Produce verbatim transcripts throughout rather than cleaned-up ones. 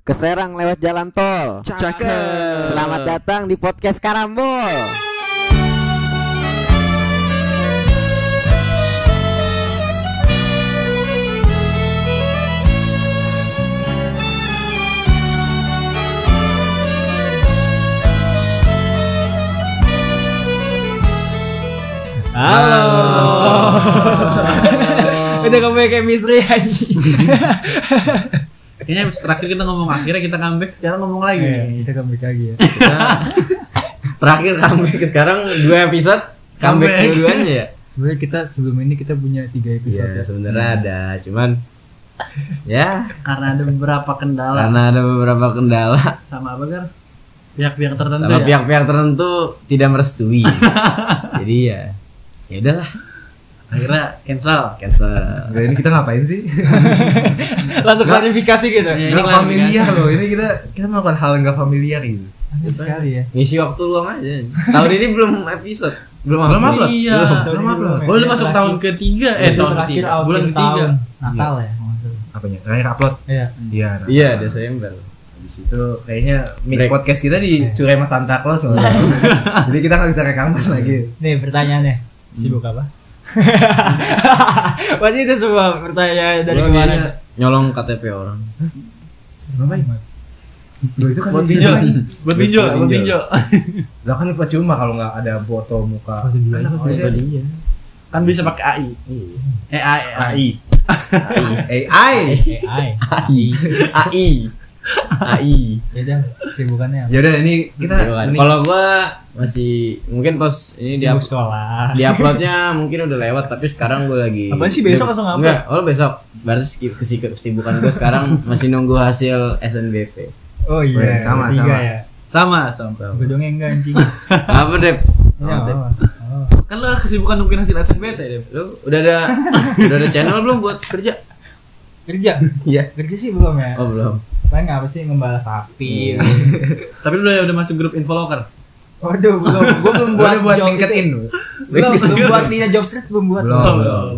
ke Serang lewat jalan tol. Cakep. Selamat datang di podcast Karambol. Halo. Udah kamu kayak misteri anjing. Kayaknya terakhir kita ngomong akhirnya kita comeback, sekarang ngomong lagi. Eh, kita comeback lagi ya. Terakhir comeback, sekarang dua episode comeback Comeback. dua-duanya ya. Sebenarnya kita sebelum ini kita punya tiga episode. Iya, ya. sebenarnya ada, cuman ya Karena ada beberapa kendala karena ada beberapa kendala sama apa Gar? Pihak-pihak tertentu sama ya. pihak-pihak tertentu tidak merestui. Jadi ya, ya udahlah, Akhirnya cancel. cancel. Nah, ini kita ngapain sih? Langsung klarifikasi gitu. Iya. Ini Nggak kan familiar loh. Ini kita kita melakukan hal yang nggak familiar gitu. Aneh sekali ya. Ngisi waktu luang aja. Tahun ini belum episode, belum Belum upload. upload? Iya. Belum upload. Oh, udah masuk tahun ketiga, eh tahun ketiga, bulan ketiga. Natal ya. maksudnya. Apanya? Terakhir upload? Iya. Iya. nah. Iya, Desember. Habis itu kayaknya mic Break. podcast kita dicuri sama Santa Claus loh. Jadi kita nggak bisa rekaman lagi. Nih pertanyaannya, sibuk apa? Pasti itu semua pertanyaan dari Gua kemarin. biasa nyolong K T P orang. Ngapain? Loh itu kan Buat pinjol, buat pinjol, buat pinjol. Lah kan percuma kalau nggak ada foto muka. Foto dia. Kan apa Itu aja? dia. Kan bisa pakai A I. Eh A I, A I. A I. A I. A I. A I. A I. Ya udah, sibukannya apa? Ya udah ini kita ini Kalau gua masih mungkin pas ini di Sibuk sekolah. di uploadnya mungkin udah lewat, tapi sekarang gue lagi Apaan sih, besok langsung upload? Enggak, oh besok. Berarti kesik- kesibukan gue sekarang masih nunggu hasil S N B P. Oh iya, Weh, sama, tiga sama. ya. Sama, sama. Gedungnya enggak anjing. Apa Dep? Ya, Dep? apa? Oh. Kan lo kesibukan nungguin hasil S N B T deh. Lu udah ada udah ada channel belum buat kerja? Kerja? Iya. Kerja sih belum ya. Oh, belum. Paling apa sih ngembalas sapi. Tapi lu udah udah masuk grup infoloker. Waduh, belum. Gua belum Gua buat udah buat job- LinkedIn. Belum, belum buat Lina Job Street belum buat. Belum, Oh, belum.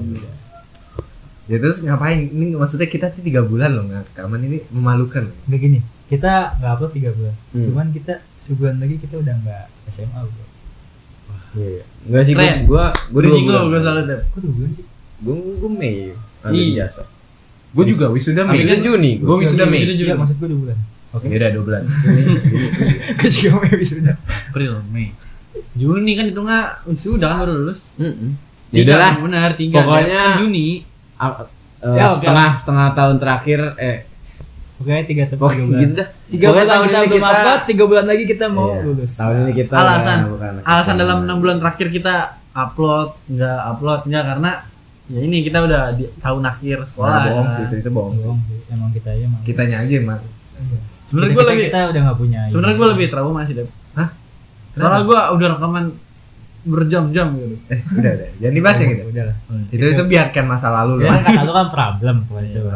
Ya terus ngapain? Ini maksudnya kita tuh tiga bulan loh nggak rekaman, ini memalukan. Udah gini, kita nggak upload tiga bulan. Hmm. Cuman kita sebulan lagi kita udah nggak S M A bro. Iya, iya. Enggak sih, gua Keren. gua gua dua Bridging lo, bulan. gue salah deh. Kok dua bulan sih? Gua gua Mei. Ambil Iya. jasa. Gue juga wisuda Habis Mei. itu Juni Gue wisuda Juni, Mei. Juni. Iya maksud gue dua bulan. Oke, ya udah dua bulan. Gue juga mau wisuda. April, Mei. Juni kan itu nggak wisuda kan baru lulus. Heeh. Ya Tiga, udahlah. benar tiga. Pokoknya- Kan Juni. Ah, eh, Ya, oke. setengah setengah tahun terakhir eh Oke, tiga tiga pokoknya bulan. gitu dah. Tiga Pokoknya bulan tahun kita ini belum upload, tiga bulan lagi kita mau Iya. lulus. Tahun ini kita Alasan udah bukan anak alasan S M A. dalam enam bulan terakhir kita upload nggak upload nggak karena ya ini kita udah di tahun akhir sekolah. Nah, bohong kan. sih itu, itu bohong sih. Bohong sih. Emang kita aja mah. Kitanya aja mas. Sebenarnya Kita- gue kita- lebih kita udah nggak punya. sebenarnya gue lebih trauma sih deh. Hah? Soalnya gue udah rekaman berjam-jam gitu. Eh udah udah, jangan dibahas ya gitu. Udah lah. Itu itu biarkan masa lalu Ya loh. kan kata lu kan problem kemarin itu.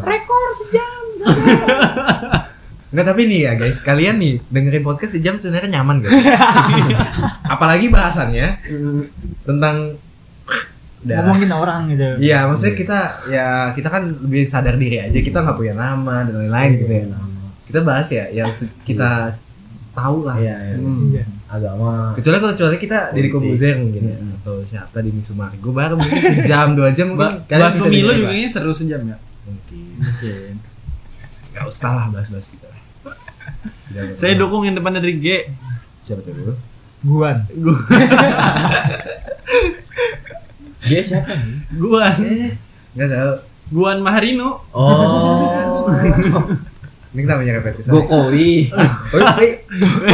Enggak, tapi nih ya guys, kalian nih dengerin podcast sejam sebenarnya nyaman gak? Apalagi bahasannya tentang udah. Ngomongin orang gitu. Iya, maksudnya kita ya kita kan lebih sadar diri aja, kita nggak punya nama dan lain-lain gitu ya. Kita bahas ya yang se- kita tahu lah. Iya, iya. Hmm. Iya. Agama. Kecuali kalau kecuali kita Deddy Kobuzer mungkin ya, atau siapa di Misumargo baru mungkin sejam dua jam mungkin Ba- bahas bisa pemilu dengerin, juga Pak. kayaknya seru sejam ya. Mungkin. Gak usah lah bahas-bahas kita. Udah, udah, Saya udah. dukung yang depannya dari G. Siapa tuh? Guan. Dia siapa nih? Guan. Enggak tahu. Guan Maharino. Oh. Ini namanya repetisi. Gokowi. Oh, iya.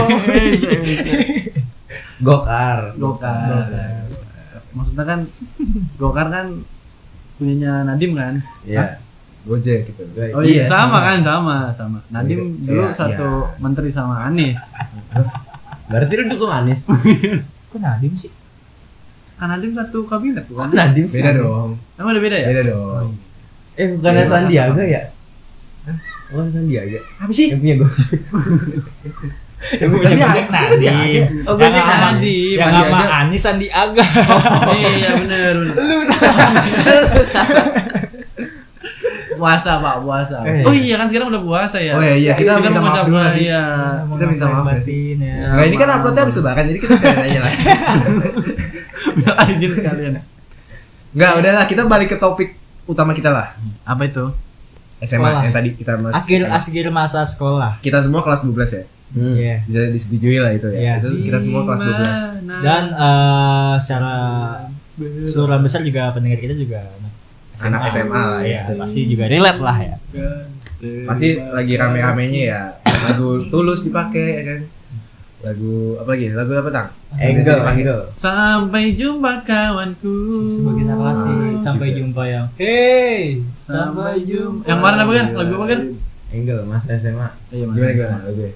Gokar. Gokar. Maksudnya kan Gokar kan punyanya Nadim kan? Iya. Gojek gitu. Oh iya, sama kan, sama, sama. Nadim Iya, dulu iya, satu menteri sama Anies. Berarti lu dukung Anies. Kok Nadim sih? Kan Nadim satu kabinet bukan? Nadim sih. Beda dong. Emang ada beda ya? Beda dong. Eh bukannya Beda. Sandiaga ya? Bukan Sandiaga. Apa sih? Yang punya Gojek. Yang punya Sandiaga. Gojek Nadim. Oh, Yang Gojek sama Nadim. yang sama Sandiaga. Anies Sandiaga. Iya benar. benar. Puasa Pak, puasa. Eh. Oh iya kan sekarang udah puasa ya. Oh iya, iya, kita minta mau maaf ngucap dulu nggak sih? Iya. Kita minta maaf nggak sih? batin ya. Nah, ini kan uploadnya habis lebaran, jadi kita sekalian aja lah. Biar izin sekalian. Enggak, udahlah, kita balik ke topik utama kita lah. Apa itu? S M A Sekolah. yang tadi kita mas Akhir S M A. akhir masa sekolah. Kita semua kelas dua belas ya. Hmm. Iya. Bisa disetujui lah itu ya. Iya. Itu kita semua kelas dua belas. Dan eh, secara keseluruhan besar juga pendengar kita juga Anak S M A lah ya. Iya, pasti juga relate lah ya. Pasti lagi rame-ramenya ya. Lagu Tulus dipakai ya kan. Lagu apa lagi? Lagu apa, Tang? Angle, Biasa dipakai. angle. Sampai jumpa kawanku. Sebagai narasi sampai jumpa yang hey Sampai jumpa. Yang mana apa kan? Lagu apa kan? Angle, masa S M A. Iya, Gimana gimana lagu?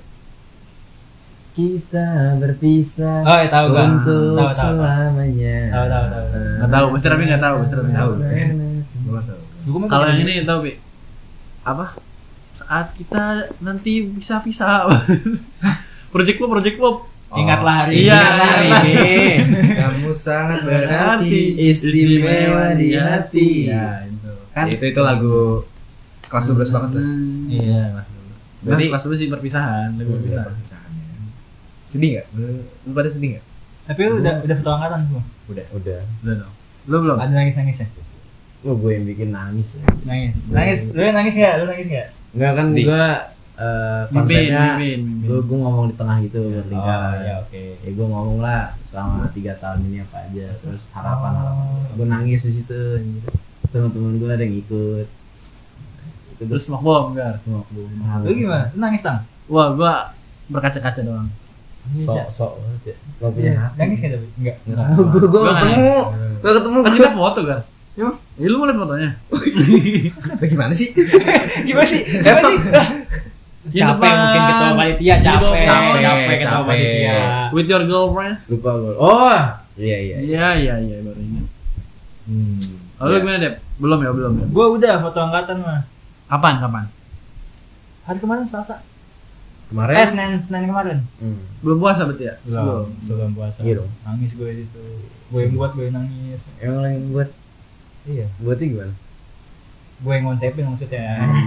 Kita berpisah Oh, ya, tahu gua. untuk Tahu, tahu, tahu. selamanya. Tahu, tahu, tahu. Nggak tahu, pasti Rabi nggak tahu, pasti Rabi nggak Tahu. tahu. Gua nggak tahu. Kalau yang ini tahu Bi? Apa? Saat kita nanti bisa pisah. Project Pop, Project Pop. Ingatlah hari Iya, ingatlah hari ingatlah. ini. Kamu sangat berarti. Istimewa di hati. Ya, itu. Kan itu itu lagu kelas dua belas banget lah. Iya. Berarti- Berarti kelas dulu sih perpisahan, lagu Iya, perpisahan. perpisahan ya. Sedih nggak? Lu, lu pada sedih nggak? Tapi lu udah udah foto angkatan belum? Udah. Udah. Udah dong. Lu belum? Ada nangis nangis ya? Oh, gue yang bikin nangis ya. Nangis. Nangis. Lu yang nangis enggak? Lu nangis enggak? Enggak kan Sedih. gue eh, Mimpin, konsepnya mimpin, mimpin. gue gue ngomong di tengah gitu berlingkaran. ya oke. Ya gue ngomong lah selama tiga tahun ini apa aja, terus harapan harapan. Oh. Gue nangis di situ. anjir. Teman-teman gue ada yang ikut. Itu Terus smoke bomb kan? semua gue. Lu gimana? Lu nangis, Tang? Wah, gua berkaca-kaca doang. Sok sok banget ya. Gak punya Iya. hati. Nangis enggak tapi? Enggak. Gue gue Gua nggak ketemu. Gue ketemu. Kan kita foto kan? Ya. Ya lu mau lihat fotonya? Bagaimana sih? Gimana sih? Gimana sih? Di Capek depan. mungkin ketua panitia, Di capek, depan. capek, Capek, ketua capek. panitia. With your girlfriend? Lupa gue. Oh, iya iya. Iya, iya, iya, baru ingat. Hmm. Oh, lu gimana, Dep? Belum ya, belum ya. Gua udah foto angkatan mah. Kapan, kapan? Hari kemarin Selasa. Kemarin. Eh, Senin, Senin kemarin. Hmm. Belum puasa berarti ya? Belum, sebelum puasa. Iya dong. Nangis gue di situ. Gue yang buat, gue yang nangis. Emang yang buat Iya. buatnya gimana? Gue yang ngontepin maksudnya.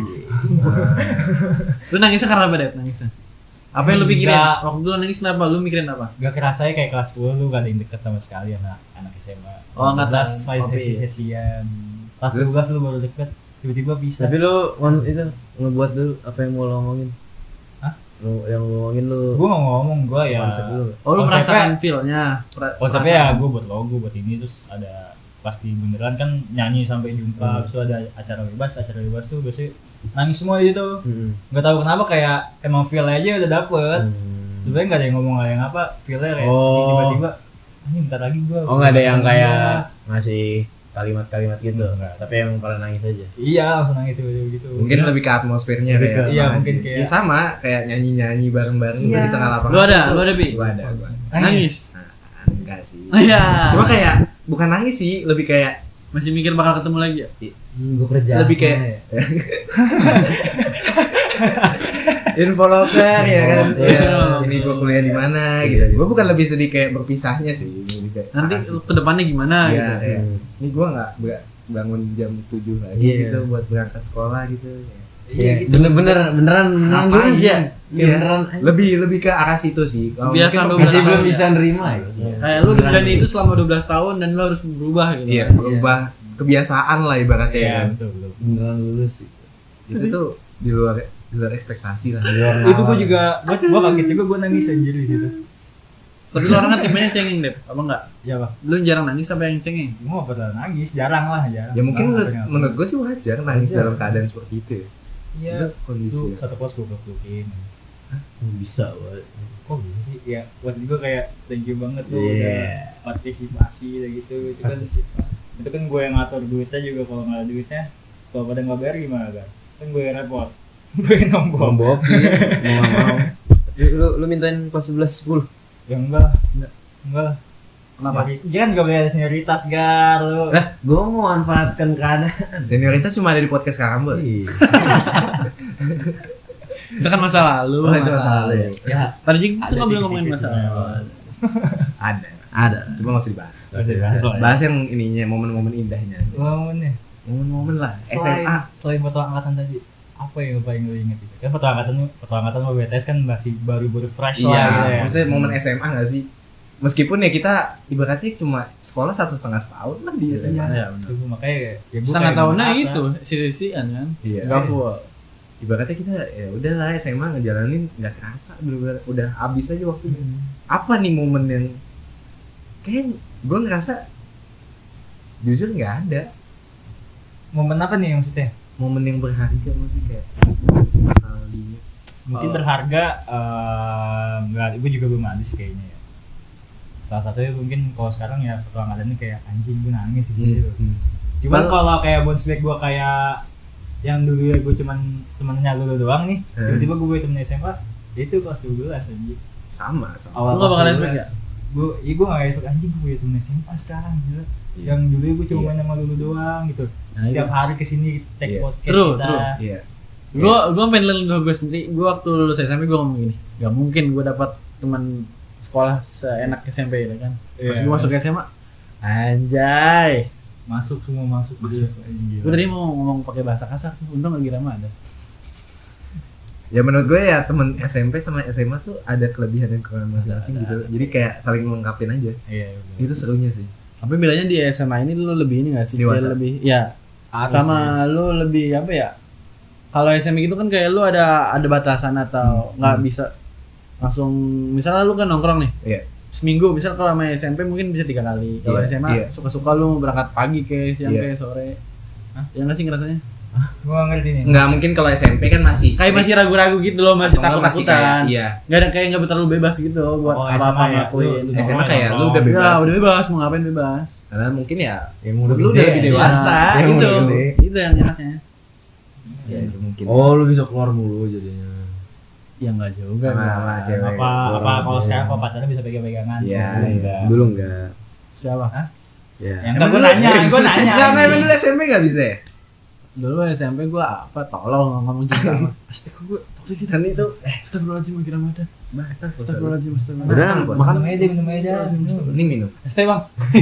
Lu nangisnya karena apa, Dep? Nangisnya? Apa yang lu pikirin? Enggak. Waktu lu nangis kenapa? Lu mikirin apa? Gak kerasa kayak kelas sepuluh lu gak ada yang deket sama sekali sama anak S M A. Oh, Kelas angkatan sebelas masih kopi. sesi-sesian. Kelas Terus? dua belas lu baru deket, tiba-tiba bisa. Tapi lu ngon itu ngebuat dulu apa yang mau lo ngomongin? Hah? Lu yang lu ngomongin lu. Gue mau ngomong, gue ya Konsep dulu. Oh, lu Konsepnya- merasakan feel-nya. Pra- konsepnya ya perasaan. gue buat logo buat ini, terus ada pasti beneran kan nyanyi sampai jumpa, Hmm. terus ada acara bebas, acara bebas tuh biasanya nangis semua di situ. Hmm. Nggak tahu kenapa kayak emang feel aja udah dapet. Hmm. Sebenarnya nggak ada yang ngomong, nggak ada yang apa, feelnya kayak Oh. tiba-tiba, ini bentar lagi gue. Oh, nggak ada yang kayak ngasih kalimat-kalimat gitu. Enggak. Tapi emang pada nangis aja. Iya langsung nangis tiba-tiba gitu. Mungkin lebih ke atmosfernya Lebih kayak. ke- iya, apa mungkin aja. kayak- Ya sama kayak nyanyi-nyanyi bareng-bareng Iya. tuh di tengah lapangan. Lu ada, lu ada, Bi? Gua ada, gua ada. Nangis. Nah, enggak sih. Iya. Cuma kayak bukan nangis sih, lebih kayak Masih mikir bakal ketemu lagi ya? Hmm, gue kerja. lebih kayak involuker ya kan. Iya. Iya, ini gua kuliah di mana gitu. Gua bukan lebih sedih kayak berpisahnya sih, lebih kayak Nanti makasih. ke depannya gimana Iya, gitu. kayak, Hmm. ini gua nggak nggak bangun jam tujuh lagi Iya. gitu buat berangkat sekolah gitu. Iya, bener-bener beneran nangis ya. Iya. Beneran. Lebih lebih ke arah situ sih. Kalau Biasa mungkin dua belas Masih tahun belum ya. bisa nerima ya. Kayak lu udah menjalani itu selama dua belas tahun dan lu harus berubah gitu. Iya, kan. berubah kebiasaan lah ibaratnya Iya kan. betul betul. Beneran lulus sih. Itu tuh di luar di luar ekspektasi lah. Itu gue juga, gue gue kaget juga gue nangis anjir di situ. Tapi lu orangnya tipenya cengeng, Dep. Apa enggak? Ya pak, Lu jarang nangis apa yang cengeng? gue gak pernah nangis, jarang lah jarang. Ya mungkin Nah, menurut, apa yang- menurut gue sih wajar nangis Wajar. dalam keadaan seperti itu. ya. Iya. Itu kondisi. Itu ya. satu kelas gue pelukin. Bisa banget. Kok gitu sih? Ya, pas gue kayak thank you banget tuh Iya. udah partisipasi udah gitu. Itu kan itu kan gue yang ngatur duitnya juga, kalau nggak ada duitnya, kalau pada nggak bayar gimana kan? Kan gue yang repot, gue yang nombok. Membokin, mau nggak mau. Lu lu mintain kelas sebelas sepuluh. Ya enggak, enggak, enggak lah. Kenapa? Seniori- Dia kan gak boleh ada senioritas gar lu. Lah, gua mau manfaatkan keadaan. Senioritas cuma ada di podcast Karambol. Iya. Itu kan masa lalu. Oh, itu masa lalu ya. Ya, Tadi juga ada kita nggak boleh ngomongin tipis-tipis masa lalu. sebenarnya. Ada. Ada. Cuma nggak usah dibahas. Nggak usah dibahas lah ya. Bahas yang ininya momen-momen indahnya. Ngomongnya. Momen-momen lah S M Selain, A. selain foto angkatan tadi, apa yang paling lu inget itu? Kan foto angkatan, foto angkatan sama B T S kan masih baru-baru fresh lah Iya, gitu ya. maksudnya momen S M A nggak sih? Meskipun ya kita ibaratnya cuma sekolah satu setengah tahun lah di S M A. Iya, benar. Itu makanya ya gua Setengah kayak tahunnya ngerasa, itu sisi-sisian kan. Iya. Enggak full. Ibaratnya kita ya udahlah S M A ngejalanin nggak kerasa, bener-bener udah habis aja waktunya. Hmm. Apa nih momen yang kayak gue ngerasa jujur nggak ada Momen apa nih maksudnya? momen yang berharga maksudnya kayak bakal di Mungkin Oh. berharga, eh nggak, gue juga belum ada sih kayaknya ya. Salah satunya mungkin kalau sekarang ya foto angkatan ini kayak anjing gue nangis Hmm, gitu. Cuman kalau kayak bounce back gue kayak yang dulu ya gue cuman temennya dulu doang nih, Hmm. tiba-tiba gue temen S M A, ya itu kelas dua belas anjing. sama sama Awal Lu nggak bakal kelas expect dua belas. Gue, iya gue gak expect anjing gue punya temen S M A sekarang gila. Iya. Yang dulu gue cuma Iya. main sama dulu doang gitu. Nah, Setiap itu. hari kesini tag Iya. podcast True, kita. true. iya Gue gue pengen lihat gue sendiri. Gue waktu lulus S M P gue ngomong gini, gak mungkin gue dapat teman sekolah seenak S M P ya kan. Pas Iya. gue masuk S M A, anjay. Masuk semua masuk. Masuk. Anjing, Gue gila. tadi mau ngomong pakai bahasa kasar tuh, untung lagi Rama ada. ya menurut gue ya temen S M P sama S M A tuh ada kelebihan dan kekurangan masing-masing Ada, gitu ada. jadi kayak saling melengkapin aja Iya, bener. itu serunya sih. Tapi bedanya di S M A ini lu lebih ini gak sih? Dewasa. Kayak lebih, ya. Harus Sama lu lebih apa ya? Kalau S M A gitu kan kayak lu ada ada batasan atau Hmm. nggak Hmm. bisa langsung, misalnya lu kan nongkrong nih. Iya. Seminggu, misal kalau sama S M P mungkin bisa tiga kali. Kalau Iya, S M A iya. suka-suka lu berangkat pagi ke siang Iya. ke sore. Hah? Ya nggak sih ngerasanya? Gue gak ngerti nih. Nggak mungkin kalau S M P kan masih Kayak masih ragu-ragu gitu loh, masih Atau nggak masih takut-takutan. kayak- iya Nggak ada kayak nggak terlalu bebas gitu buat Oh, apa-apa S M A ya, ngelakuin. lu- S M A nongkrong, kayak lu nongkrong. udah Ya bebas udah bebas, mau ngapain bebas. karena mungkin ya Ya mau lu udah lebih dewasa Ya, Yang itu, udah gede. itu yang enaknya. ya itu mungkin Oh, lu bisa keluar mulu jadinya. Ya nggak juga. Sama- nggak. sama cewek. Apa Orang apa kalau tua. sekarang kalau pacarnya bisa pegang-pegangan? Iya, Dulu iya. enggak. Dulu enggak. Siapa? Ya. Yang enggak gue nanya, gue nanya. nggak nggak emang dulu S M P nggak bisa ya Dulu S M P gua apa tolol ngomong cinta sama. Astaga gue toksik kan itu eh Astagfirullahaladzim kira Ramadan. batal Astagfirullahaladzim. Udah, Astagfirullahaladzim. bos. Makan aja, minum aja. ini minum S T bang.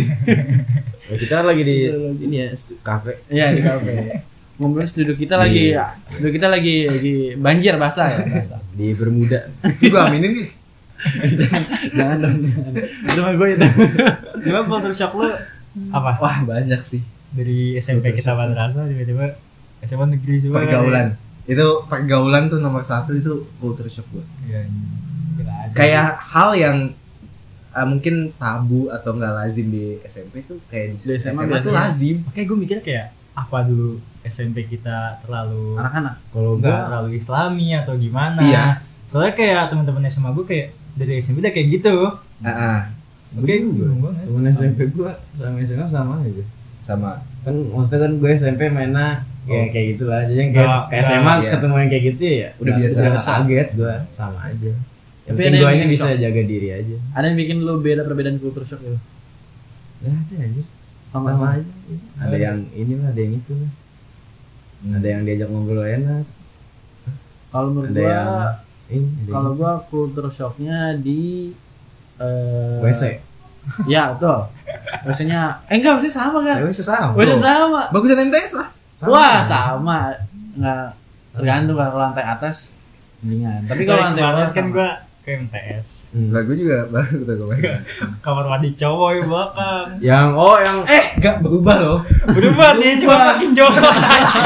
Ya, kita lagi di ini ya stu- kafe. Iya di kafe. Ngomongin studio kita lagi, Iya. studio kita lagi lagi banjir basah ya basah. Di Bermuda. gue aminin nih Jangan dong. jangan. Itu mah gue itu. Gimana culture shock lu apa? wah banyak sih Dari S M P kita madrasah tiba-tiba S M A negeri juga. pergaulan itu pergaulan tuh nomor satu itu culture shock gue Iya. Gila ada. kayak hal yang uh, mungkin tabu atau nggak lazim di S M P tuh kayak di Di S M A S M A tuh biasanya. lazim Makanya gue mikir kayak apa dulu S M P kita terlalu Anak-anak. kalau Enggak. enggak terlalu islami atau gimana. Iya. Soalnya kayak teman-teman S M A gue kayak dari S M P udah kayak gitu. Ah, Oke, gue bingung banget. Temen S M P gua sama S M A sama aja. sama Kan maksudnya kan gue S M P mainnya kayak kayak gitulah. Jadi yang kayak Nggak, kayak S M A iya. ketemu yang kayak gitu ya Udah biasa. Udah kaget gua sama aja. Yang Tapi penting ada gua yang ini bikin bisa shock. jaga diri aja. Ada yang bikin lu beda perbedaan culture shock gitu. Ya ada aja. Sama, Sama aja. Ada yang ini lah, ada yang itu lah. Ada yang diajak ngobrol enak. Kalau menurut Ada gua, yang ini. ada kalau yang- gua culture shocknya di eh W C. Ya betul. W C-nya, eh enggak, W C sama kan? W C sama. W C sama. bagusan M T S lah Wah sama. Nggak tergantung kalau lantai atas mendingan. Tapi kalau lantai kemarin bawah kan sama. gue ke M T S. Hmm. lagu juga baru tuh gue Kamar mandi cowok di belakang. Yang oh yang eh nggak berubah loh Berubah sih, cuma makin jorok.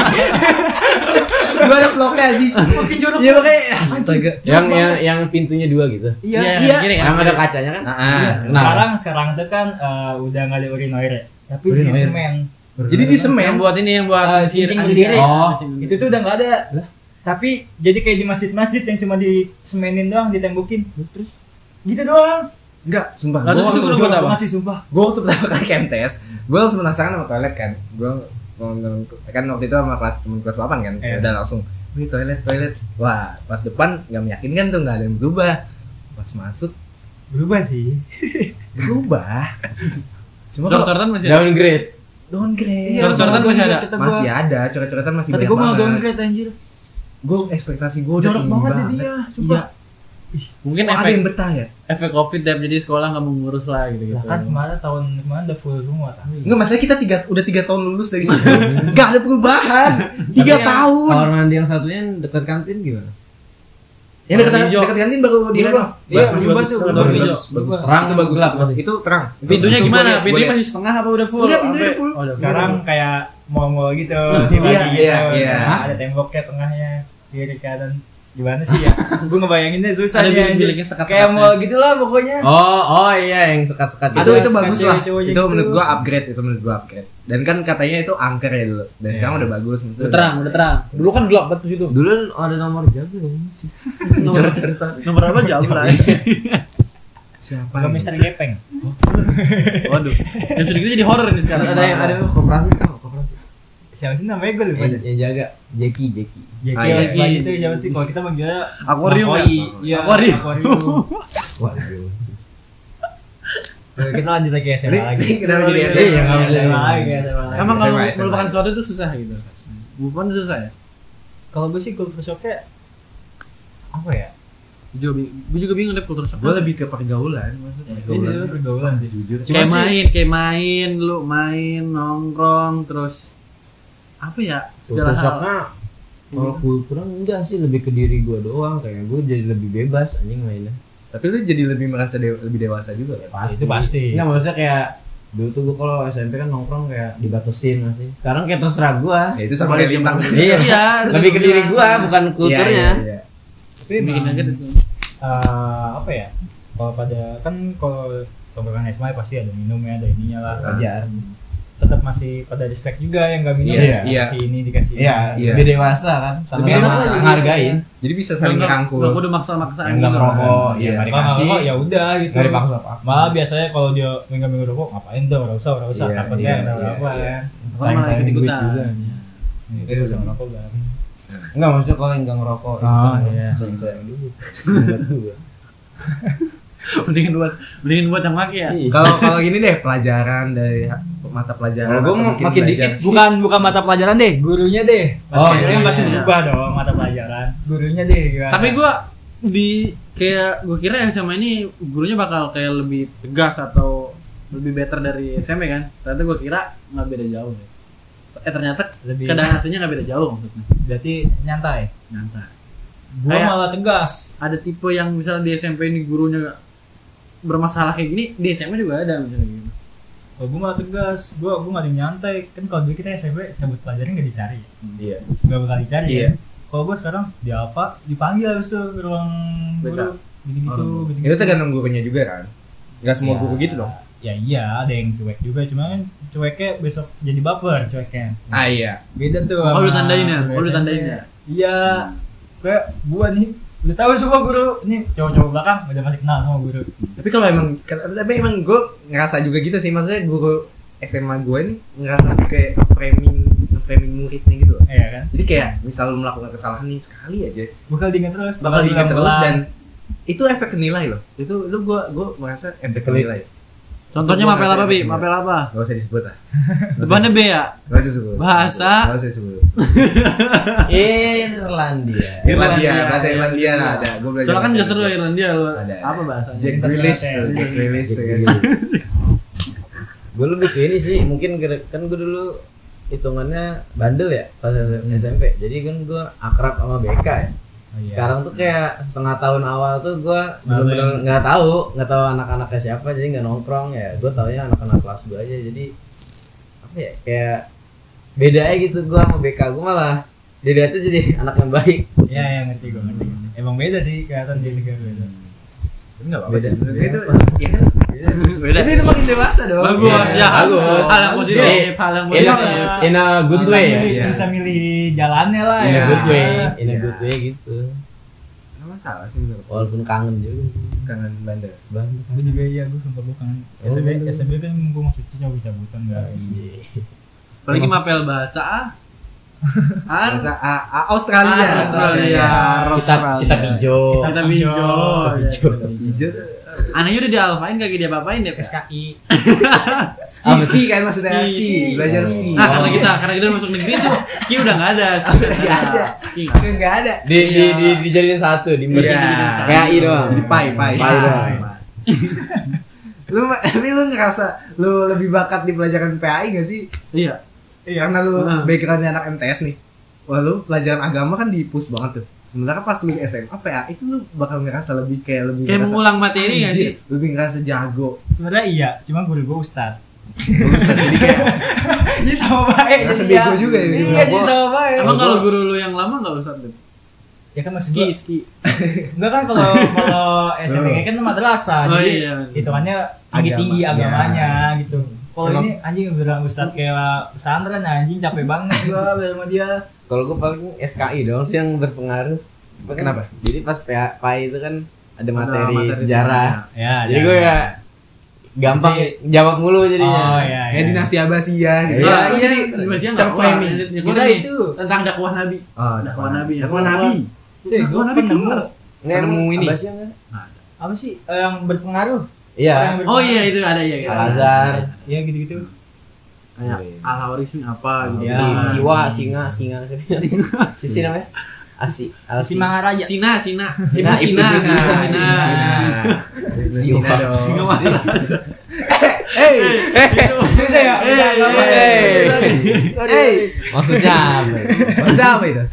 gimana vlognya sih Makin jorok. iya makanya astaga yang yang yang pintunya dua gitu. Iya. Iya, iya. kiri, Yang kiri. ada kacanya kan? ah Iya. Nah. Sekarang sekarang itu kan eh, udah nggak ada urinoir ya, tapi di Urinoir. semen. jadi di semen Yang buat ini yang buat Eh, sir- sinking ada berdiri. sir- Oh, Itu tuh udah nggak ada. Tapi jadi kayak di masjid-masjid yang cuma di semenin doang, ditembokin. Terus gitu doang. enggak sumpah Lalu gue itu waktu, lu Jorok buat apa? banget sih sumpah. gue waktu pertama kali ke M T S gue langsung penasaran sama toilet kan gue ngomong kan waktu itu sama kelas temen kelas delapan kan Iya. udah langsung wih toilet toilet wah pas depan nggak meyakinkan tuh nggak ada yang berubah pas masuk Berubah sih. berubah cuma kalau Coret-coretan masih ada. downgrade. downgrade Iya, Coret-coretan masih ada? kata gua. masih ada coret-coretan masih Tapi banyak gue mau banget downgrade anjir. gue ekspektasi gue udah Jorok tinggi banget banget dia, iya sumpah. Mungkin Kok ada efek yang betah ya? efek covid ya, jadi sekolah nggak mau ngurus lah gitu gitu. Lah kan kemarin tahun kemarin udah full semua tapi. Enggak, masalah kita tiga, udah tiga tahun lulus dari situ. Enggak ada perubahan. Tiga Tapi yang tahun. Kamar mandi yang satunya dekat kantin gimana? Yang dekat hijau. dekat kantin baru di renov. Iya, Masih berubah bagus. tuh, Bagus, berubah. bagus, bagus. Terang Itu bagus, gelap itu masih? Itu terang. Pintunya Itu gimana? boleh- Pintunya boleh. masih setengah apa udah full? Enggak, pintunya Sampai- full. Oh, udah full. Sekarang kayak mall-mall gitu, Iya, dibagi gitu. iya, iya. Nah, ada temboknya tengahnya, kiri kanan. Gimana sih ya? Gue ngebayanginnya susah Ada nih. bilik-biliknya anjir. sekat-sekatnya. Kayak mall gitulah pokoknya. Oh, oh iya yang sekat-sekat Itu gitu. Ada itu sekat bagus lah. cewek-ceweknya Itu gitu. menurut gua upgrade, itu menurut gua upgrade. Dan kan katanya itu angker ya dulu. Dan Iya. sekarang udah bagus maksudnya. Udah terang, udah terang. Dulu kan gelap banget situ. Dulu ada nomor jaga ya. Nomor cerita. Nomor apa jauh lah. Siapa? Bukan ini? Mister Gepeng. Waduh. Yang sedikit jadi horror ini sekarang. Ada yang ada yang koperasi kan, koperasi. Siapa sih namanya gue lupa. Yang, yang jaga Jeki, Jeki. Ya Ah, kayak iya. gitu siapa sih? Kalau kita manggilnya Akuarium ya? Makoi. Iya, Akuarium. akuarium. Waduh. Oke, kita lanjut lagi S M A Ini lagi. kenapa jadi Iya, ada? iya, nggak bisa. S M A lagi, S M A lagi. Emang S M A, kalau S M A. melupakan sesuatu itu susah gitu. Move on susah ya? Kalau gue sih culture shock-nya apa ya? Gue juga, bing- gue juga bingung deh kultur shock. Gua lebih ke pergaulan maksudnya. Ini dulu pergaulan sih. Jujur. Cuma kayak sih- main, kayak main, lu main, nongkrong, terus apa ya? Segala Kultur hal. shocknya kalau kultur enggak sih, lebih ke diri gue doang. Kayak gue jadi lebih bebas anjing mainnya. Tapi lu jadi lebih merasa dewa, lebih dewasa juga ya? Itu pasti. Enggak, maksudnya kayak dulu tuh gue kalau S M P kan nongkrong kayak dibatasin masih. Sekarang kayak terserah gue. Ya itu sama kayak lintang. Iya, Iya, lebih ke diri gue bukan kulturnya. Iya, iya, iya. Tapi bikin emang, aja gitu. eh, apa ya? Kalau pada kan kalau tongkrongan S M A pasti ada minumnya, ada ininya lah. Wajar. Tetap masih pada respect juga yang nggak minum. Iya, iya. Dikasih ini, dikasih ini. Iya, Iya. lebih dewasa kan, Lebih sama-sama dewasa, ngehargain. Jadi bisa saling Nggak- rangkul. nggak udah maksa-maksa Yang nggak merokok, Iya. ya nggak Kalau dikasih. nggak ya udah gitu. Nggak dipaksa apa-apa. Malah biasanya kalau dia minggu-minggu rokok ngapain tuh, nggak usah, nggak usah. Iya, Takutnya iya, nggak iya, apa iya. ya. Sayang-sayang duit ikut-ikutan. juga. Itu bisa ngerokok kan. Enggak, maksudnya kalau yang nggak ngerokok itu Oh, kan iya. sayang-sayang duit. Enggak juga. Mendingan buat, mendingan buat yang maki ya. Kalau kalau gini deh, pelajaran dari mata pelajaran. Kalau gua atau mau mungkin makin belajar- dikit sih. Bukan bukan mata pelajaran deh, gurunya deh. Mata Oh, pelajaran iya, masih iya. berubah dong mata pelajaran. Gurunya deh gimana? Tapi gua di kayak gua kira S M A ini gurunya bakal kayak lebih tegas atau lebih better dari S M P kan. Ternyata gua kira nggak beda jauh. Ya. Eh ternyata lebih keadaan aslinya nggak beda jauh maksudnya. berarti nyantai. Nyantai. Gua Kayak- malah tegas. Ada tipe yang misalnya di S M P ini gurunya bermasalah kayak gini, di S M A juga ada misalnya gitu. Kalau gua malah tegas, gua gua nggak ada yang nyantai. Kan kalau dulu kita S M P cabut pelajaran nggak dicari, Iya. nggak bakal dicari. Iya. Ya. Kalau gua sekarang di Alfa dipanggil habis itu ke ruang guru, gitu-gitu, Oh. gitu-gitu. Itu tergantung gurunya juga kan. Enggak semua Ya, guru gitu dong. Ya iya, ada yang cuek juga, cuma kan cueknya besok jadi baper cueknya. Ah iya. Beda tuh. Oh, lu sama tandain ya? guru Oh, lu S M P. tandain ya? Iya. Kayak gua nih udah tahu semua guru, nih cowok-cowok belakang udah masih kenal sama guru. Tapi kalau emang tapi emang gue ngerasa juga gitu sih, maksudnya guru S M A gue nih ngerasa kayak framing framing muridnya gitu loh. Iya kan? Jadi kayak misal lu melakukan kesalahan nih sekali aja Bakal diingat terus, bakal diingat terus diulang-ulang. dan itu efek nilai loh. Itu itu gue gue merasa efek nilai. Contohnya Gua mapel ngerasa apa, Bi? efek Mapel apa? Gak usah disebut lah. Depannya B ya? Gak usah disebut. Bahasa. Gak usah disebut. Eh, Irlandia. Irlandia, bahasa Irlandia lah ada. Gue belajar. Soalnya kan bahasa gak seru Irlandia. Irlandia lu. Ada, ada. Apa bahasanya? Jack Kita Grealish, ternyata ya. Jack Grealish ya kan. Gue lebih ke ini sih, mungkin gara- kan gue dulu hitungannya bandel ya pas S M P. Jadi kan gue akrab sama B K ya. Oh, iya. Sekarang tuh kayak setengah tahun awal tuh gue Malu bener-bener nggak tahu, nggak tahu anak-anaknya siapa, jadi nggak nongkrong ya. Gue taunya anak-anak kelas gue aja. Jadi apa ya, kayak beda aja gitu gue sama B K. Gue malah dilihatnya jadi anak yang baik. Iya, ya, ngerti gue ngerti. Emang beda sih kelihatan dia juga beda. Tapi nggak apa-apa Beda. sih. Menurut gue itu Beda. ya kan. Beda. Itu itu makin dewasa dong. Bagus Iya, ya. bagus. Hal yang positif, Iya. hal yang In positif. a, in a good bisa way ya. milih, iya. bisa milih jalannya lah In ya. a good way, in a Iya. good way gitu. Nggak masalah sih menurut gue. Walaupun kangen juga sih. Kangen bandel. Bang. Gue juga iya, gue sumpah gue kangen. Oh, S M B, bener. S M B kan gue maksudnya cabut-cabutan enggak. Apalagi mapel bahasa ah. An Bahasa A- A- Australia. Ah, Australia. Kita kita pijo. Kita pinjol. Hijau. Hijau tuh Anaknya udah dialfain kagak dia apain deh. S K I. Ski, ski kan maksudnya ski, belajar ski. Nah, karena kita karena kita masuk negeri tuh ski udah enggak ada, ski udah Nggak ada. Ski nggak ada. Enggak ada. Di di di dijadiin satu, di merge. Iya. P A I doang. Jadi pai, pai. Pai doang. Lu tapi lu ngerasa lu lebih bakat di pelajaran P A I gak sih? Iya. Karena lu Nah. backgroundnya anak M T S nih. Wah lu pelajaran agama kan di-push banget tuh. Sementara pas lu S M A P A itu lu bakal ngerasa lebih kayak lebih Kayak ngerasa, mengulang materi enggak sih? anjir, lebih ngerasa jago. Sebenarnya iya, cuma guru gue ustad. Bagus kan? Jadi kayak Jadi sama baik. ngerasa jadi bego ya. juga ya. Iya, jadi sama baik. Emang kalau guru lu yang lama enggak usah tuh? Ya kan mas Ski, ski. ski. Enggak kan kalau kalau S M P kan madrasah, Oh, jadi iya. hitungannya tinggi-tinggi Agama. agamanya gitu. Kalau Emang- ini anjing bilang ustad kayak pesantren anjing capek banget gua belajar sama dia. Kalau gue paling S K I dong sih yang berpengaruh. Kenapa? Jadi pas P A I itu kan ada materi, materi sejarah. Ya, Jadi gue ya gampang jawab mulu jadinya. Oh iya. Kayak dinasti Abbasiyah gitu. Iya, Nah, iya. jadi biasanya enggak Terframing. Kita itu tentang dakwah Nabi. Oh, Dakwah Nabi ya. Dakwah Nabi. itu ya, Dakwah gua Nabi penemu keluar. Nggak, Penemu emang ini. Abbasiyah nggak ada? apa sih eh, yang berpengaruh? Iya. Orang yang Oh berpengaruh. iya itu ada ya. Al-Azhar. Iya gitu-gitu. Kayak Al-Hawarizmi apa gitu. Iya. Si, Sina. siwa, singa, singa. Si si namanya? Asi, Si Maharaja. Sina, Sina. Sina, Ibu Ibnu Sina. Sina. Ibu Sina. Sina. Sina Singa dong. Maharaja. Hey, Itu. Itu ya. Eh, udah, eh, hey. Maksudnya apa? Maksudnya apa itu?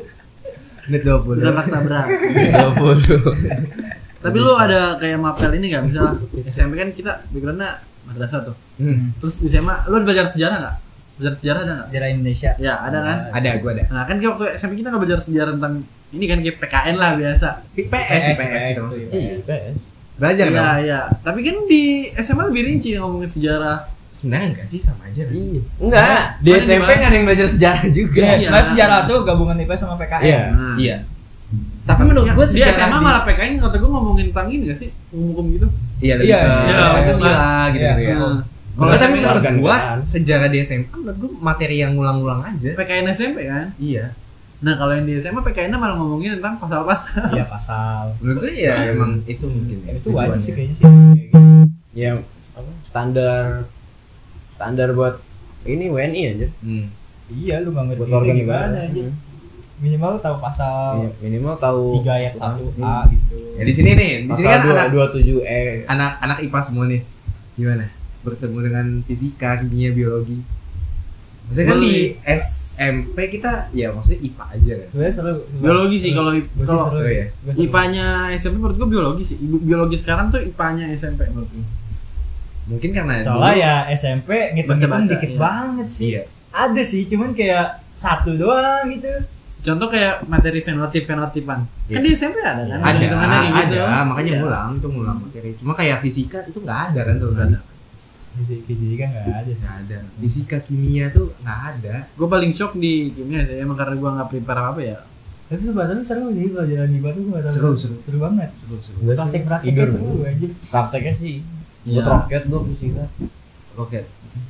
Menit dua puluh. Tabrak tabrak. dua puluh. Tapi lu ada kayak mapel ini nggak? Misalnya S M P kan kita backgroundnya madrasah tuh. Hmm. Terus di S M A lu belajar sejarah nggak? Belajar sejarah ada nggak? Sejarah Indonesia. Ya ada kan. Ada, gua ada. Nah kan kayak waktu S M P kita nggak belajar sejarah tentang ini kan kayak P K N lah biasa. P S, P S itu maksudnya. Iya, P S. Belajar Iya dong. iya. Tapi kan di S M A lebih rinci ngomongin sejarah. Sebenarnya enggak sih, sama aja nggak sih? Iya. Enggak, di Soalnya S M P dibahas. nggak ada yang belajar sejarah juga. Iya, Iya. sebenarnya sejarah tuh gabungan I P S sama P K N. Iya. Nah. Iya. Tapi menurut Ya, gua di sejarah S M A di- malah P K N kata gue ngomongin tentang ini gak sih? Hukum-hukum gitu. Iya, lebih Iya, ke iya. Pancasila gitu Iya. ya. Nah, Kalau Kalau tapi S M P menurut kan gua kan. sejarah di S M A menurut gua materi yang ngulang-ngulang aja. P K N S M P kan? Iya. Nah kalau yang di S M A P K N malah ngomongin tentang pasal-pasal. Iya, pasal. Menurut gua ya emang itu mungkin ya. Itu wajib tujuannya. sih kayaknya sih. Kayak gitu. Ya, apa? Standar standar buat ini W N I aja. Hmm. Iya, lu nggak ngerti Buat itu organ gimana negara. aja. Hmm. Minimal lu tahu pasal Iya, minimal tahu tiga ayat satu Hmm. A gitu. Ya di sini nih, di sini Pasal kan dua anak dua tujuh E. anak anak I P A semua nih. Gimana? Bertemu dengan fisika, kimia, biologi. Maksudnya kan di S M P kita ya maksudnya I P A aja kan. Sebenarnya seru. Biologi sih kalau Gua sih kalau seru seru sih. ya. Gua seru. I P A-nya S M P menurut gue biologi sih. Ibu biologi sekarang tuh I P A-nya S M P menurut gue. Mungkin karena Soalnya dulu- ya S M P ngitung-ngitung Baca-baca, dikit iya. banget sih. Iya. Ada sih, cuman kayak satu doang gitu. Contoh kayak materi fenotip fenotipan. Iya. Kan di S M P ada kan? ada, hitungannya kayak ada, gitu. makanya Iya. ngulang itu ngulang materi. Cuma kayak fisika itu nggak ada kan tuh Nggak tadi. ada. Fisika fisika nggak ada sih. Nggak ada. Fisika, kimia tuh nggak ada. Gue paling shock di kimia sih emang karena gue nggak prepare apa-apa ya. Tapi sebenarnya seru sih pelajaran I P A tuh gua tahu. Seru, seru. Seru banget. Seru seru. Praktek-prakteknya Tidur. seru aja. Prakteknya sih buat Iya. roket gua fisika. Roket.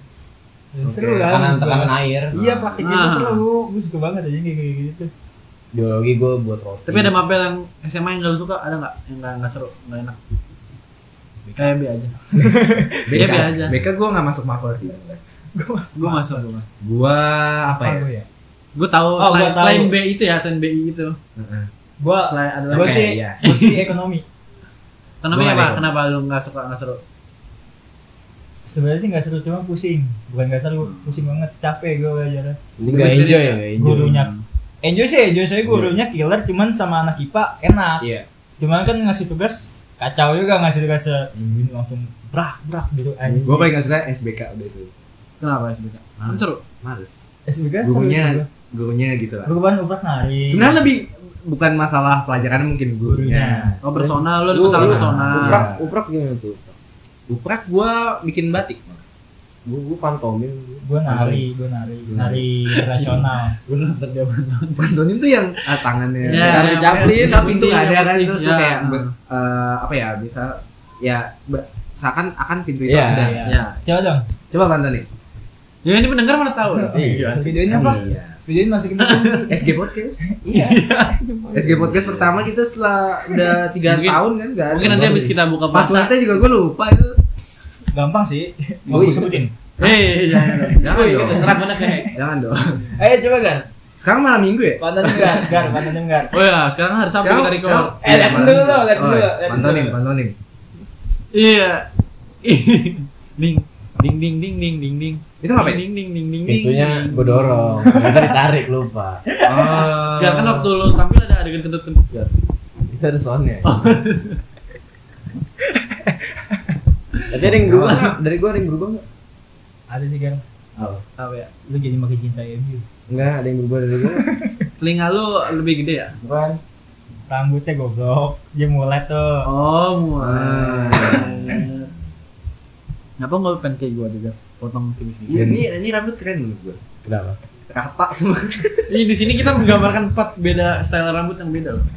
Seru Oke, kan. Tekanan gua- tekanan air. Iya, prakteknya tuh Ah. seru. Gue suka banget aja kayak kayak gitu. Biologi gua buat roti. Tapi ada mapel yang S M A yang gak lu suka ada nggak? Yang nggak nggak seru, nggak enak. Kayak B aja. B Iya, K B aja. B K gue nggak masuk mapel sih. Gue masuk. Gue masuk, gue masuk. Gua apa ya? Gue ya? Gue tahu Oh, selain, gua tahu. selain B itu ya, selain B I itu. Heeh. Gue Selain ada gue lagi. sih iya. gue sih ekonomi. Kenapa Gua ya, ada Pak? itu. Kenapa lu nggak suka nggak seru? Sebenarnya sih nggak seru, cuma pusing. Bukan nggak seru, pusing banget, capek gue belajarnya. Ini enggak enjoy ya, nggak enjoy. Gurunya enjoy sih, enjoy saya gurunya killer, cuman sama anak I P A enak. Iya. Cuman kan ngasih tugas kacau juga, ngasih tugas ini langsung brak brak gitu anjing. Gue paling nggak suka S B K udah itu. Kenapa S B K? Kan seru. Males. S B K seru Gurunya sih. gurunya gitu lah. Gue kan uprak nari. Sebenarnya lebih bukan masalah pelajaran mungkin gurunya. Oh personal, lu ada Lu- masalah lu- personal. Uprak, uprak gimana tuh? Uprak gua bikin batik. Gua, gua pantomim. gue nari, gue nari, nari internasional. Gue nonton dia nonton. Pantonim tuh yang ah, tangannya. Iya, Charlie yang Chaplin, putih, samping tuh putih, nggak ada yang kan putih. terus Ya. kayak ber- eh, apa ya bisa ya ber- seakan akan pintu itu Iya, ada. Iya. Ya. Coba dong. Coba Pantonim. Ya ini pendengar mana tahu? Iya. Videonya apa? Iya. videoin masukin di S G Podcast. iya. S G Podcast pertama kita setelah udah tiga Mungkin- tahun kan enggak ada. Mungkin nanti habis kita buka puasa. passwordnya juga gue lupa itu. Gampang sih. Mau Wih. gue sebutin. Eh, jangan dong. Jangan dong. Ntar mana kayak. Jangan dong. Ayo coba kan. Sekarang malam minggu ya? Pantanin gar, gar, pantanin gar. Oh ya, sekarang hari Sabtu kita record. Eh, lihat malam dulu, minggu. lihat Oh, dulu, iya. lihat Pantonin, dulu. pantonin. Iya. Ding ding ding ding ding ding ding. Itu ngapain? Ding ding ding ding ding. Itunya gue dorong. Itu ditarik lupa. Oh. Gar kan waktu lu tampil ada adegan kentut-kentut Gar. Itu ada soundnya. Tapi ada yang berubah nggak? Dari gua ada yang berubah nggak? Ada sih gar. Oh. Apa ya? Lu jadi makin cinta M U. Enggak, ada yang berubah dari gua. Telinga lu lebih gede ya? Bukan. Rambutnya goblok. Dia mulai tuh. Oh, mulai. Kenapa nggak pengen kayak gua juga? Potong tipis Iya, gitu. ini ini rambut keren menurut gue. Kenapa? Rata semua. Ini di sini kita menggambarkan empat beda style rambut yang beda loh.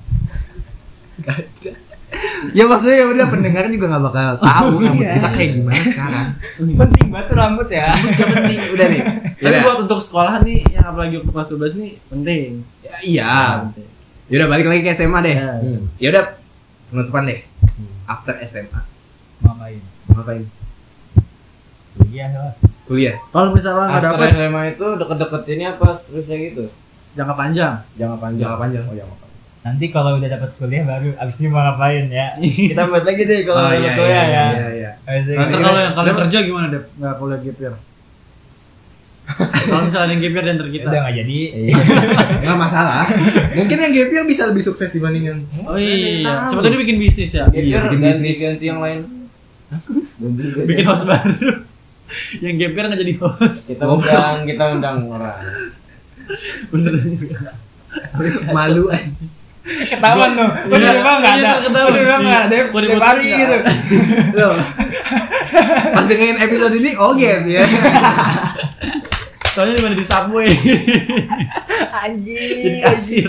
Ya maksudnya ya udah pendengar juga nggak bakal tahu rambut kita kayak gimana sekarang. Penting banget tuh rambut ya. Gak penting udah nih. Tapi buat untuk sekolahan nih, yang apalagi waktu kelas dua belas nih penting. Ya, iya. Penting. Ya udah balik lagi ke S M A deh. Ya. Hmm. Ya udah penutupan deh. After S M A Ngapain? ngapain? Kuliah lah. Kuliah. Kalau misalnya nggak After dapet S M A itu deket-deket ini apa terusnya gitu? jangka panjang. Jangka panjang. Jangka panjang. Oh, jangka panjang. Nanti kalau udah dapat kuliah baru abis ini mau ngapain ya? Kita buat lagi deh kalau Oh, udah iya, dapat kuliah iya, ya. iya, iya. Abis ini- Nanti kalau yang kalian kerja gimana deh? Nggak kuliah gap year. Kalau misalnya ada yang gap year di antara kita. udah nggak jadi. Iya. Nggak masalah. Mungkin yang gap year bisa lebih sukses dibanding yang Oh iya, tahu. siapa tahu dia bikin bisnis ya. Iya, bikin Ganti- bisnis. Ganti yang lain. Bikin host baru. Yang gap year nggak jadi host. Kita undang, kita undang orang. Bener. malu. Ketahuan tuh. Udah Iya, memang nggak iya, ada. ketahuan. Udah memang nggak ada. Iya. Mau Tiap diputus hari nggak? gitu. Loh. Pas dengerin episode ini oh gap ya. Soalnya di mana di subway. Anjing. Jadi kasir.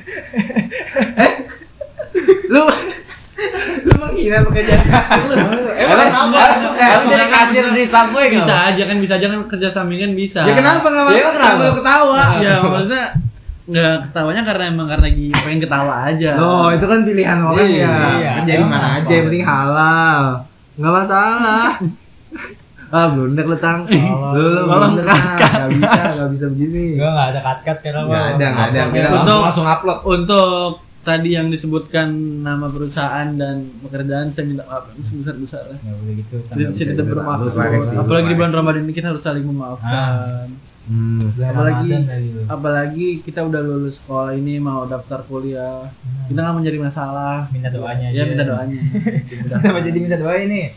Lu lu menghina pekerjaan kasir lu. Emang kenapa? Emang jadi kasir di subway nggak? Bisa aja kan, bisa aja kan kerja sampingan bisa. Ya kenapa nggak Ya, masuk? kenapa? Kenapa lu ketawa? Ya maksudnya nggak ketawanya karena emang karena lagi pengen ketawa aja. Loh, itu kan pilihan orang Iya, ya. iya. Kan jadi mana aja yang penting halal. Enggak masalah. Ah, blunder lu tang. Lu lu Tolong blunder, cut, Tang. cut, Nggak bisa, nggak bisa begini. Gua nggak ada cut cut sekarang. Nggak Bang. ada, nggak ada. Kita Untuk- langsung langsung upload. Untuk tadi yang disebutkan nama perusahaan dan pekerjaan saya minta maaf sebesar-besarnya. Nggak boleh gitu. Tidak bisa tidak juga, bermaksud. lu koreksi, lu Apalagi di bulan koreksi. Ramadan ini kita harus saling memaafkan. Hmm. Bulan Apalagi- Ramadan tadi lu. Apalagi kita udah lulus sekolah ini mau daftar kuliah. Kita nggak mau nyari masalah. Minta doanya Ya aja. minta doanya. Kenapa jadi minta doa ini?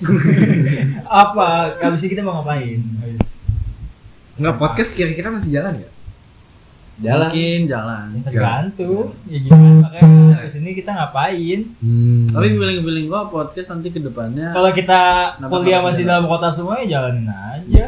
Apa? Abis ini kita mau ngapain? Abis. Enggak podcast kira-kira masih jalan ya? Jalan. Mungkin jalan. Tergantung. Ya gimana? Makanya abis ini kita ngapain? Hmm. Tapi feeling-feeling gua podcast nanti ke depannya. Kalau kita Kenapa kuliah nggak masih jalan? dalam kota semua ya jalanin aja.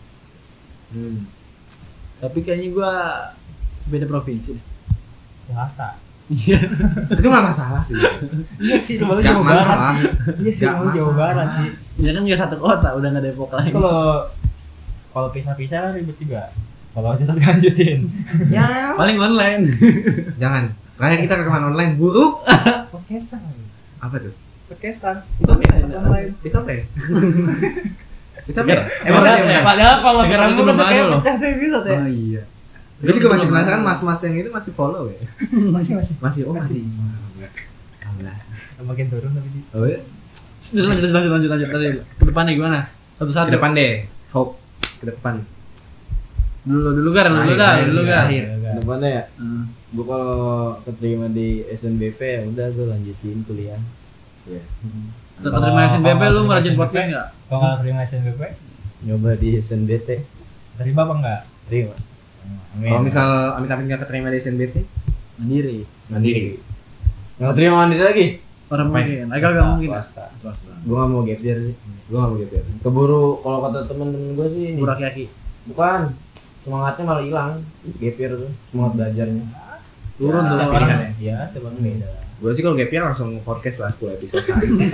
Hmm. Tapi kayaknya gua beda provinsi deh. Jakarta. Itu nggak masalah sih. Iya sih, cuma lu Nggak Jawa Barat masalah. sih. Iya sih, Nggak cuma lu Jawa masalah. Barat sih. Ya kan nggak satu kota, udah nggak Depok lagi. Kalau kalau pisah-pisah kan ribet juga. Kalau tetap lanjutin. Ya. paling online. Jangan. Kayak kita rekaman online buruk. Podcastan. Apa tuh? Podcastan. Itu apa ya? Online. Itu apa ya? Itu apa ya? Emang Emang ada ada ya? ya? Padahal kalau Negara ketemu itu belum kan ada kayak loh. pecah tuh episode ya. Oh iya. Gue juga masih penasaran mas-mas yang itu masih follow ya? Masih masih. Masih, oh Masih. masih. Alhamdulillah. Makin turun tapi di. Oh ya? Lanjut lanjut lanjut lanjut lanjut tadi. Ke depannya gimana? Satu satu. Ke depan deh. Hope. Ke depan. Dulu dulu kan dulu Akhir, dah akhir, dulu kan. akhir. Depannya ya. Hmm. Gue kalau keterima di S N B P ya udah gue lanjutin kuliah. Iya. Setelah terima S N B P lu ngerajin podcast nggak? Kalau nggak terima S N B P, Nyoba di S N B T. terima apa enggak? Terima. Amin. Kalau misal amit-amit nggak keterima di S N B T, Mandiri. mandiri. Nggak terima mandiri lagi. Orang Apa? mungkin. Agak gak mungkin. Swasta. Swasta. Gue nggak mau gap year sih. Gue nggak mau gap year. Keburu kalau kata temen-temen gue sih ini. Burak yaki. Bukan. Semangatnya malah hilang. Gap year tuh. Semangat belajarnya. Turun Ya, tuh setiap orang. orang ya. Iya, sebab beda. Gue sih kalau gap year langsung podcast lah sepuluh episode.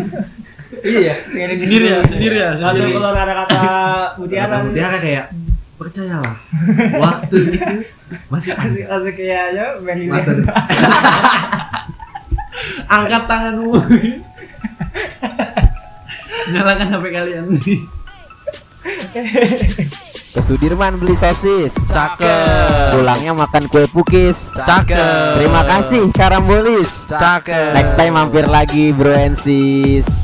Iya, Sendiri ya, sendiri ya. Langsung sendiri. keluar kata-kata mutiara. Kata Mutiara kayak percayalah, waktu itu masih panjang. Masih kayak aja beri Masa Angkat tanganmu. Nyalakan H P kalian. Ke Sudirman beli sosis. Cakep. Pulangnya makan kue pukis. Cakep. Terima kasih Karambolis. Cakep. Next time mampir lagi bro and sis.